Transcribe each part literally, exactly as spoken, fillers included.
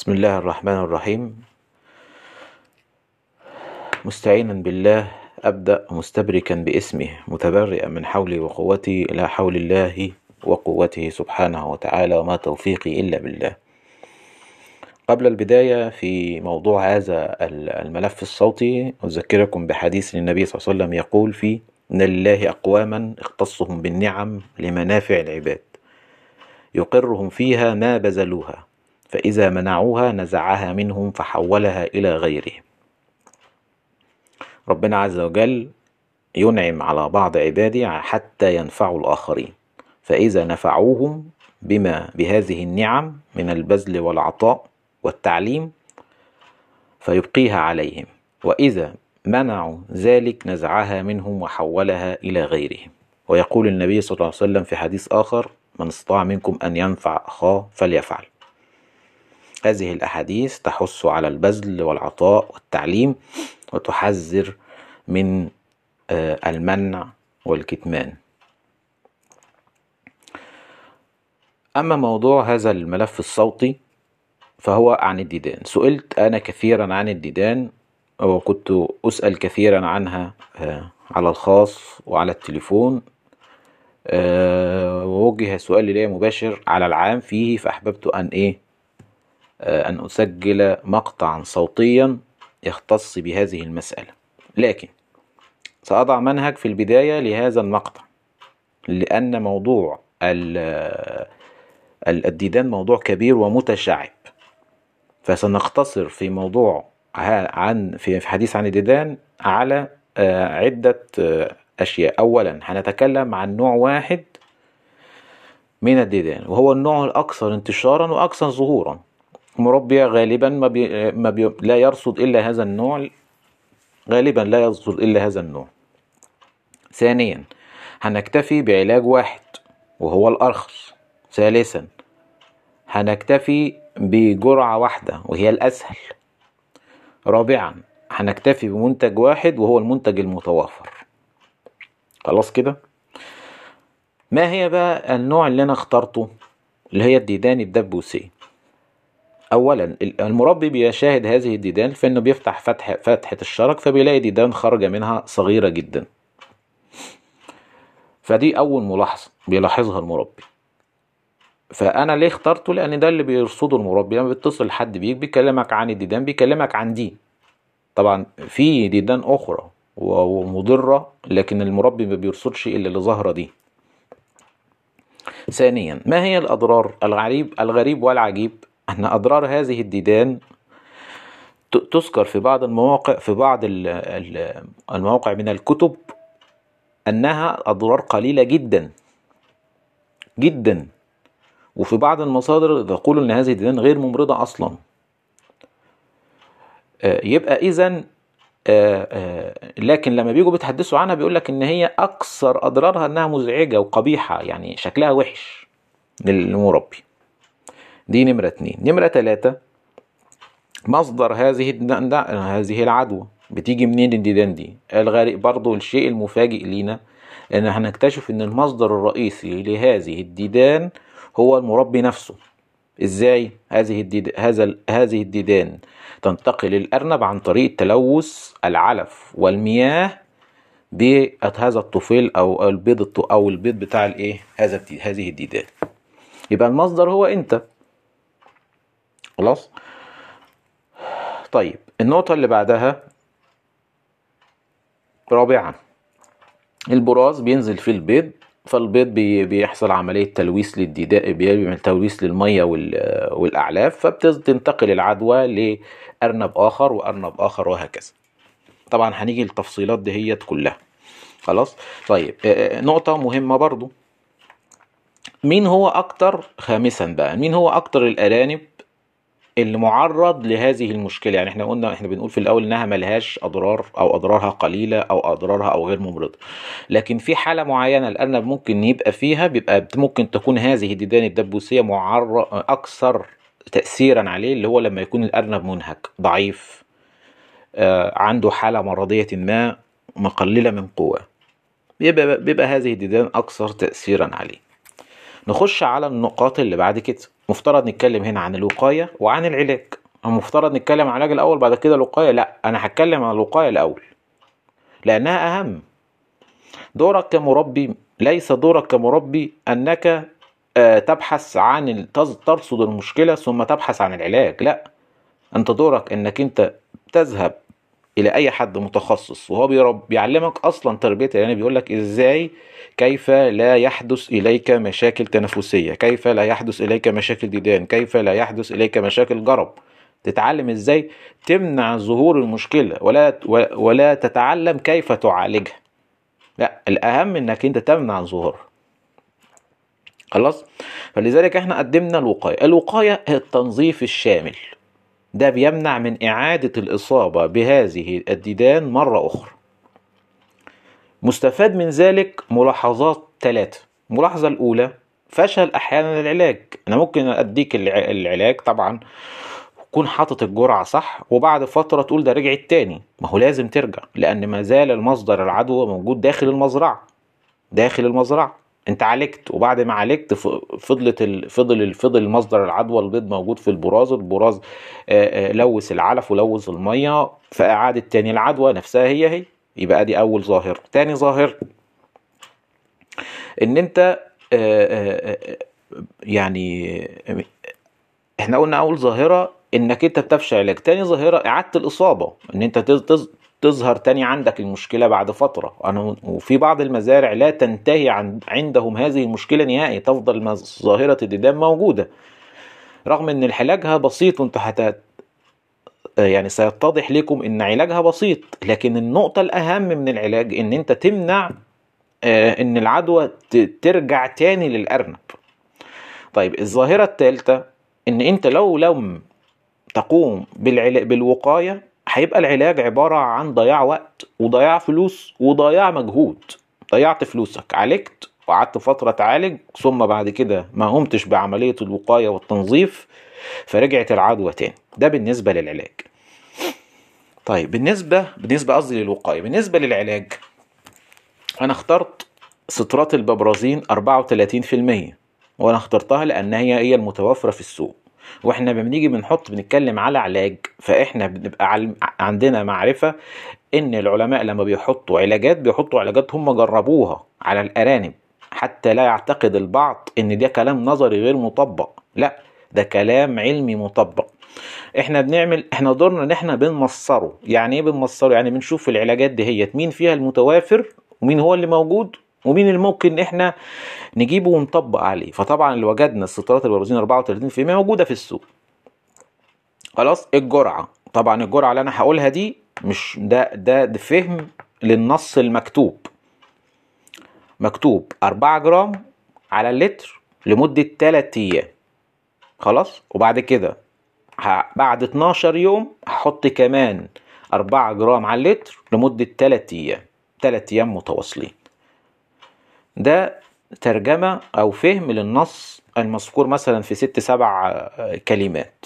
بسم الله الرحمن الرحيم. مستعينا بالله أبدأ مستبركا باسمه متبرئا من حولي وقوتي إلى حول الله وقوته سبحانه وتعالى، وما توفيقي إلا بالله. قبل البداية في موضوع هذا الملف الصوتي أذكركم بحديث النبي صلى الله عليه وسلم يقول فيه: إن لله أقواما اختصهم بالنعم لمنافع العباد يقرهم فيها ما بذلوها، فإذا منعوها نزعها منهم فحولها إلى غيره. ربنا عز وجل ينعم على بعض عباده حتى ينفعوا الآخرين، فإذا نفعوهم بما بهذه النعم من البذل والعطاء والتعليم فيبقيها عليهم، وإذا منعوا ذلك نزعها منهم وحولها إلى غيرهم. ويقول النبي صلى الله عليه وسلم في حديث آخر: من استطاع منكم أن ينفع أخاه فليفعل. هذه الأحاديث تحث على البذل والعطاء والتعليم، وتحذر من المنع والكتمان. أما موضوع هذا الملف الصوتي فهو عن الديدان. سئلت أنا كثيرا عن الديدان، وكنت أسأل كثيرا عنها على الخاص وعلى التليفون، ووجه سؤال لي مباشر على العام فيه، فأحببت أن إيه أن أسجل مقطعا صوتيا يختص بهذه المسألة. لكن سأضع منهج في البداية لهذا المقطع، لأن موضوع الديدان موضوع كبير ومتشعب، فسنختصر في موضوع عن في حديث عن الديدان على عدة أشياء. أولا هنتكلم عن نوع واحد من الديدان، وهو النوع الأكثر انتشارا وأكثر ظهورا. مربي غالبا ما بي ما بي لا يرصد إلا هذا النوع، غالبا لا يرصد إلا هذا النوع. ثانيا هنكتفي بعلاج واحد وهو الأرخص. ثالثا هنكتفي بجرعة واحدة وهي الأسهل. رابعا هنكتفي بمنتج واحد وهو المنتج المتوافر. خلاص كده. ما هي بقى النوع اللي أنا اخترته، اللي هي الديدان الدبوسية؟ أولا المربي بيشاهد هذه الديدان فإنه بيفتح فتح فتحة الشرج، فبيلاقي ديدان خارجة منها صغيرة جدا. فدي أول ملاحظة بيلاحظها المربي. فأنا ليه اخترته؟ لأن ده اللي بيرصده المربي. لما بيتصل حد بيك بيكلمك عن الديدان بيكلمك عن دي. طبعا في ديدان أخرى ومضرة، لكن المربي ما بيرصدش إلا اللي ظاهرة دي. ثانيا ما هي الأضرار؟ الغريب الغريب والعجيب أن أضرار هذه الديدان تذكر في بعض المواقع في بعض المواقع من الكتب أنها أضرار قليلة جدا جدا، وفي بعض المصادر تقول أن هذه الديدان غير ممرضة أصلا. يبقى إذن لكن لما بيجوا بيتحدثوا عنها بيقول لك ان هي اكثر اضرارها انها مزعجة وقبيحة، يعني شكلها وحش للمربي. دي نمرة اتنين. نمرة تلاتة مصدر هذه هذه العدوى بتيجي منين الديدان دي؟ الغريب برضو الشيء المفاجئ لينا ان هنكتشف ان المصدر الرئيسي لهذه الديدان هو المربي نفسه. ازاي هذه الديدان هذا هذه الديدان تنتقل الأرنب عن طريق تلوث العلف والمياه بهذا الطفيل أو البيض أو البيض بتاع الإيه هذا هذه الديدان. يبقى المصدر هو أنت. خلاص. طيب النقطة اللي بعدها، رابعا البراز بينزل في البيض، فالبيض بيحصل عملية تلويث للديدان، بيعمل تلويث للمية والأعلاف، فبتنتقل العدوى لأرنب آخر وأرنب آخر وهكذا. طبعا هنيجي التفصيلات دي هي كلها. خلاص. طيب نقطة مهمة برضو، مين هو أكتر خامسا بقى مين هو أكتر الأرانب اللي معرض لهذه المشكلة؟ يعني احنا قلنا احنا بنقول في الاول انها ملهاش اضرار او اضرارها قليلة او اضرارها او غير ممرضة، لكن في حالة معينة الارنب ممكن يبقى فيها بيبقى ممكن تكون هذه الديدان الدبوسية معرض اكثر تأثيرا عليه، اللي هو لما يكون الارنب منهك ضعيف، آه عنده حالة مرضية ما مقللة من قوة، بيبقى, بيبقى هذه الديدان اكثر تأثيرا عليه. نخش على النقاط اللي بعد كده. مفترض نتكلم هنا عن الوقاية وعن العلاج. المفترض نتكلم عن العلاج الأول بعد كده الوقاية، لا أنا هتكلم عن الوقاية الأول لأنها أهم. دورك كمربي ليس دورك كمربي أنك تبحث عن ترصد المشكلة ثم تبحث عن العلاج، لا، أنت دورك أنك أنت تذهب إلى أي حد متخصص وهو بيرب بيعلمك أصلا تربية، يعني بيقولك إزاي كيف لا يحدث إليك مشاكل تنفسية، كيف لا يحدث إليك مشاكل ديدان، كيف لا يحدث إليك مشاكل جرب. تتعلم إزاي تمنع ظهور المشكلة ولا ولا تتعلم كيف تعالجها. لا، الأهم إنك أنت تمنع ظهورها. خلاص. فلذلك احنا قدمنا الوقاية. الوقاية هي التنظيف الشامل، ده بيمنع من إعادة الإصابة بهذه الديدان مرة أخرى. مستفاد من ذلك ملاحظات ثلاثة. الملاحظة الأولى فشل أحيانا العلاج. أنا ممكن أديك العلاج طبعا تكون حاطط الجرعة صح وبعد فترة تقول ده رجعت تاني، ما هو لازم ترجع لأن ما زال المصدر العدوى موجود داخل المزرعة. داخل المزرعة انت عالجت وبعد ما عالجت فضلت ال... فضل ال... فضل مصدر العدوى البيض موجود في البراز، البراز آآ آآ لوث العلف ولوث الميه فاعادت تاني العدوى نفسها هي هي. يبقى دي اول ظاهره. تاني ظاهر ان انت آآ آآ يعني احنا قلنا اول ظاهره انك انت بتفشل علاج. تاني ظاهره اعاده الاصابه، ان انت تز... تظهر تاني عندك المشكلة بعد فترة. أنا وفي بعض المزارع لا تنتهي عن عندهم هذه المشكلة نهائي، تفضل ظاهرة الديدان موجودة رغم ان علاجها بسيط. وانت حتى يعني سيتضح لكم ان علاجها بسيط، لكن النقطة الأهم من العلاج ان انت تمنع ان العدوى ترجع تاني للأرنب. طيب الظاهرة الثالثة ان انت لو لم تقوم بالعلاج بالوقاية هيبقى العلاج عبارة عن ضياع وقت وضياع فلوس وضياع مجهود. ضيعت فلوسك، عالجت وقعدت فترة تعالج ثم بعد كده ما قمتش بعملية الوقاية والتنظيف فرجعت العدوى تاني. ده بالنسبة للعلاج. طيب بالنسبة بالنسبة قصدي للوقاية. بالنسبة للعلاج أنا اخترت سترات الببرازين أربعة وثلاثين بالمية وأنا اخترتها لأنها هي المتوفرة في السوق. واحنا بنيجي بنحط بنتكلم على علاج فاحنا بنبقى عندنا معرفة ان العلماء لما بيحطوا علاجات بيحطوا علاجات هم جربوها على الارانب، حتى لا يعتقد البعض ان ده كلام نظري غير مطبق، لا ده كلام علمي مطبق. احنا بنعمل احنا دورنا ان احنا بنمصره. يعني ايه بنمصره؟ يعني بنشوف العلاجات دي هي مين فيها المتوافر ومين هو اللي موجود ومين اللي ممكن احنا نجيبه ونطبق عليه. فطبعا اللي وجدنا السترات الببرازين أربعة وثلاثين بالمية موجودة في السوق. خلاص. الجرعة طبعا الجرعة اللي انا هقولها دي مش ده ده, ده فهم للنص المكتوب. مكتوب أربعة جرام على اللتر لمدة ثلاثة ايام. خلاص. وبعد كده بعد اتناشر يوم هحط كمان أربعة جرام على اللتر لمدة ثلاثة ايام. ثلاثة ايام متواصلين. ده ترجمة او فهم للنص المذكور مثلا في ست سبع كلمات.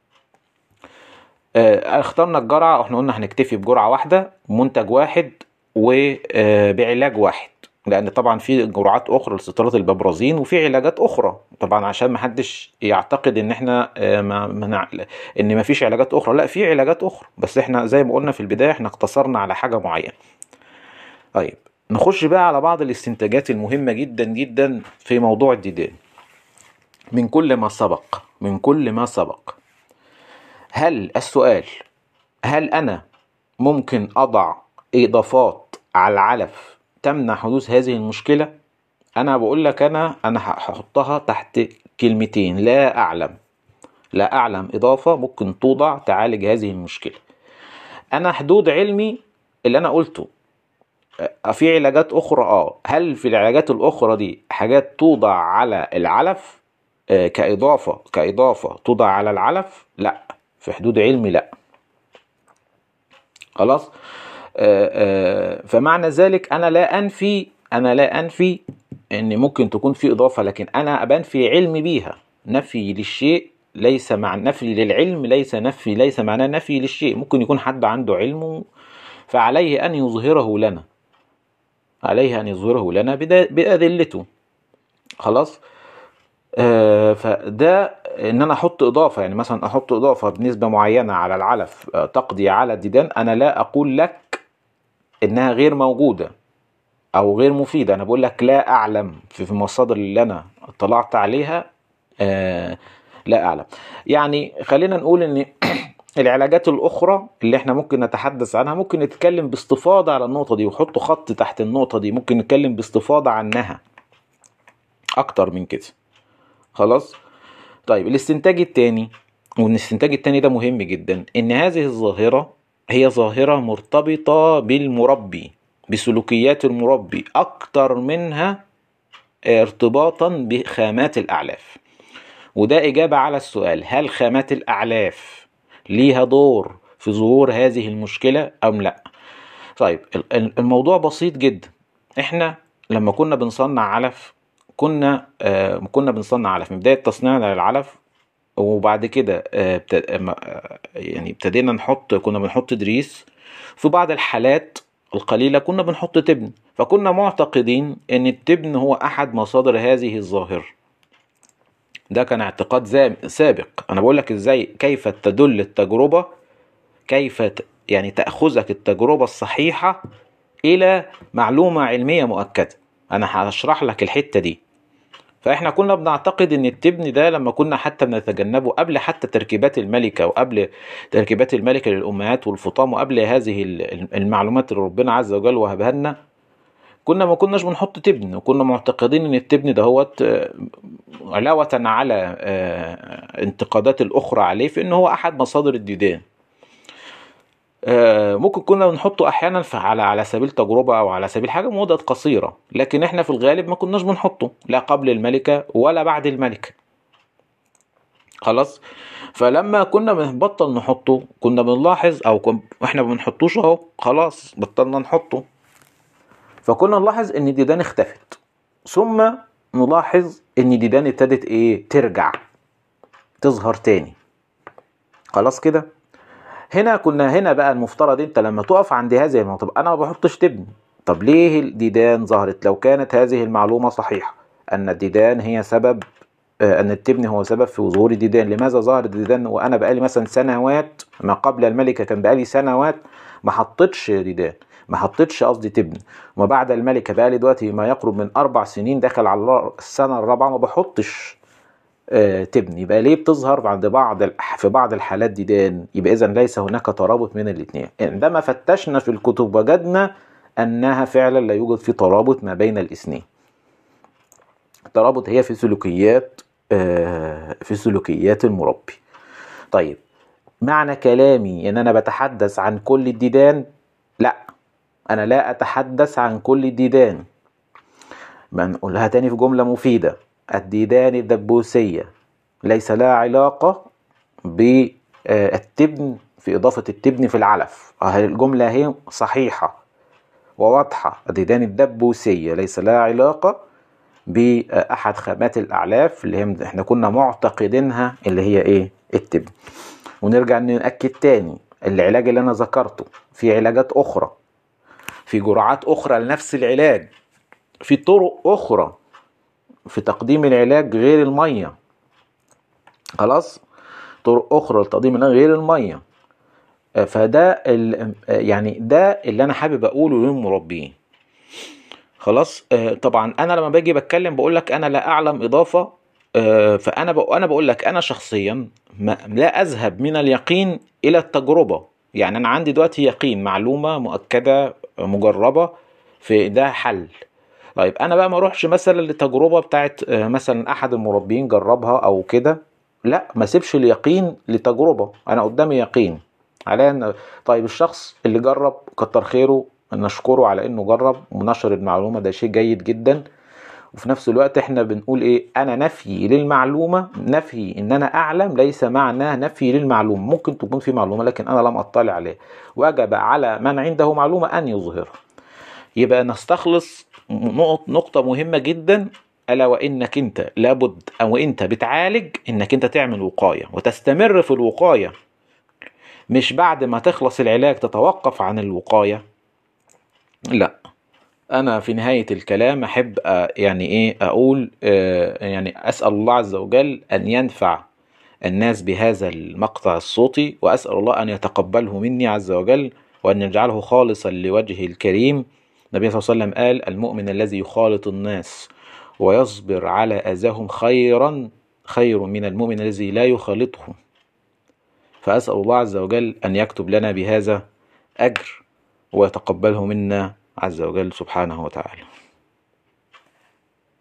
اخترنا الجرعة، احنا قلنا هنكتفي بجرعة واحدة منتج واحد وبعلاج واحد، لان طبعا في جرعات اخرى لسترات الببرازين وفي علاجات اخرى طبعا عشان ما حدش يعتقد ان احنا ما منع ان ما فيش علاجات اخرى. لا في علاجات اخرى بس احنا زي ما قلنا في البداية احنا اقتصرنا على حاجة معينة. طيب نخش بقى على بعض الاستنتاجات المهمة جدا جدا في موضوع الديدان. من كل ما سبق من كل ما سبق هل السؤال هل أنا ممكن أضع إضافات على العلف تمنع حدوث هذه المشكلة؟ أنا بقول لك أنا أنا هحطها تحت كلمتين: لا أعلم. لا أعلم إضافة ممكن توضع تعالج هذه المشكلة. أنا حدود علمي اللي أنا قلته. في علاجات أخرى آه هل في العلاجات الأخرى دي حاجات توضع على العلف آه كإضافة كإضافة توضع على العلف؟ لا، في حدود علمي لا. خلاص. آآ آآ فمعنى ذلك انا لا انفي انا لا انفي ان ممكن تكون في اضافة، لكن انا بنفي علمي بيها. نفي للشيء ليس مع نفي للعلم ليس نفي ليس معناه نفي للشيء. ممكن يكون حد عنده علم فعليه ان يظهره لنا عليه ان يظهره لنا بأدلته. خلاص. آه فده ان انا احط اضافة، يعني مثلا احط اضافة بنسبة معينة على العلف تقضي على الديدان، انا لا اقول لك انها غير موجودة او غير مفيدة، انا بقول لك لا اعلم في المصادر اللي انا اطلعت عليها آه لا اعلم. يعني خلينا نقول ان العلاجات الاخرى اللي احنا ممكن نتحدث عنها ممكن نتكلم باستفاضة على النقطة دي، وحط خط تحت النقطة دي، ممكن نتكلم باستفاضة عنها اكتر من كده. خلاص. طيب الاستنتاج التاني، والاستنتاج التاني ده مهم جدا، ان هذه الظاهرة هي ظاهرة مرتبطة بالمربي، بسلوكيات المربي اكتر منها ارتباطا بخامات الاعلاف. وده اجابة على السؤال هل خامات الاعلاف ليها دور في ظهور هذه المشكلة ام لا. طيب الموضوع بسيط جدا. احنا لما كنا بنصنع علف كنا آه كنا بنصنع علف من بداية تصنيعنا للعلف، وبعد كده آه بت... آه يعني ابتدينا نحط، كنا بنحط دريس، في بعض الحالات القليلة كنا بنحط تبن، فكنا معتقدين ان التبن هو احد مصادر هذه الظاهرة. ده كان اعتقاد سابق. انا بقول لك ازاي، كيف تدل التجربة، كيف يعني تأخذك التجربة الصحيحة الى معلومة علمية مؤكدة. انا هشرح لك الحتة دي. فاحنا كنا بنعتقد ان التبن ده لما كنا حتى بنتجنبه قبل حتى تركيبات الملكة، وقبل تركيبات الملكة للأمهات والفطام، وقبل هذه المعلومات اللي ربنا عز وجل وهبها لنا، كنا ما كناش بنحط تبن، وكنا معتقدين ان التبن ده هو علاوة على انتقادات الاخرى عليه في ان هو احد مصادر الديدان. ممكن كنا بنحطه احيانا على على سبيل تجربة او على سبيل حاجة مدة قصيرة، لكن احنا في الغالب ما كناش بنحطه لا قبل الملكة ولا بعد الملكة. خلاص. فلما كنا بنبطل نحطه كنا بنلاحظ، او كن احنا ما بنحطوش اهو خلاص بطلنا نحطه، فكنا نلاحظ ان الديدان اختفت، ثم نلاحظ ان الديدان ابتدت ايه ترجع تظهر تاني. خلاص كده. هنا كنا هنا بقى المفترض انت لما تقف عند هذه النقطة، طب انا ما بحطش تبن، طب ليه الديدان ظهرت؟ لو كانت هذه المعلومة صحيحة ان الديدان هي سبب، ان التبن هو سبب في ظهور الديدان، لماذا ظهر الديدان وانا بقالي مثلا سنوات، ما قبل الملكة كان بقالي سنوات ما حطيتش ديدان، ما حطيتش قصدي تبن، وما بعد الملكة بقالي دلوقتي ما يقرب من اربع سنين داخل على السنة الرابعة ما بحطش آه تبن، يبقى ليه بتظهر عند بعض في بعض الحالات ديدان؟ يبقى اذا ليس هناك ترابط من الاثنين. عندما فتشنا في الكتب وجدنا انها فعلا لا يوجد في ترابط ما بين الاثنين. الترابط هي في سلوكيات آه في سلوكيات المربي. طيب معنى كلامي ان انا بتحدث عن كل الديدان؟ لا، انا لا اتحدث عن كل الديدان. بنقولها تاني في جملة مفيدة، الديدان الدبوسية ليس لها علاقة بالتبن، في اضافة التبن في العلف. الجملة هي صحيحة وواضحة، الديدان الدبوسية ليس لها علاقة بأحد خامات الأعلاف اللي هي احنا كنا معتقدينها اللي هي ايه التبن. ونرجع نأكد تاني، العلاج اللي انا ذكرته في علاجات اخرى، في جرعات اخرى لنفس العلاج، في طرق اخرى في تقديم العلاج غير المية. خلاص، طرق اخرى لتقديم العلاج غير المية. فده يعني ده اللي انا حابب اقوله للمربين. خلاص. طبعا انا لما باجي بتكلم بقول لك انا لا اعلم اضافة، فانا بقول انا بقول لك انا شخصيا لا اذهب من اليقين الى التجربة. يعني انا عندي دلوقتي يقين، معلومة مؤكدة مجربة، في ده حل. طيب انا بقى ما اروحش مثلا للتجربة بتاعت مثلا احد المربين جربها او كده، لا ما سيبش اليقين لتجربة. انا قدامي يقين على ان طيب الشخص اللي جرب كتر خيره، نشكره على انه جرب ونشر المعلومة، ده شيء جيد جدا. وفي نفس الوقت احنا بنقول ايه، انا نفي للمعلومة، نفي ان انا اعلم ليس معناه نفي للمعلومة. ممكن تكون في معلومة لكن انا لم اطلع عليها، وجب على من عنده معلومة ان يظهرها. يبقى نستخلص نقطة مهمة جدا، ألا وإنك أنت لابد أو أنت بتعالج إنك أنت تعمل وقاية وتستمر في الوقاية، مش بعد ما تخلص العلاج تتوقف عن الوقاية. لا، أنا في نهاية الكلام أحب يعني إيه أقول، يعني أسأل الله عز وجل أن ينفع الناس بهذا المقطع الصوتي، وأسأل الله أن يتقبله مني عز وجل وأن يجعله خالصا لوجهه الكريم. النبي صلى الله عليه وسلم قال: المؤمن الذي يخالط الناس ويصبر على أذاهم خيرا خير من المؤمن الذي لا يخالطهم. فأسأل الله عز وجل أن يكتب لنا بهذا أجر ويتقبله منا عز وجل سبحانه وتعالى.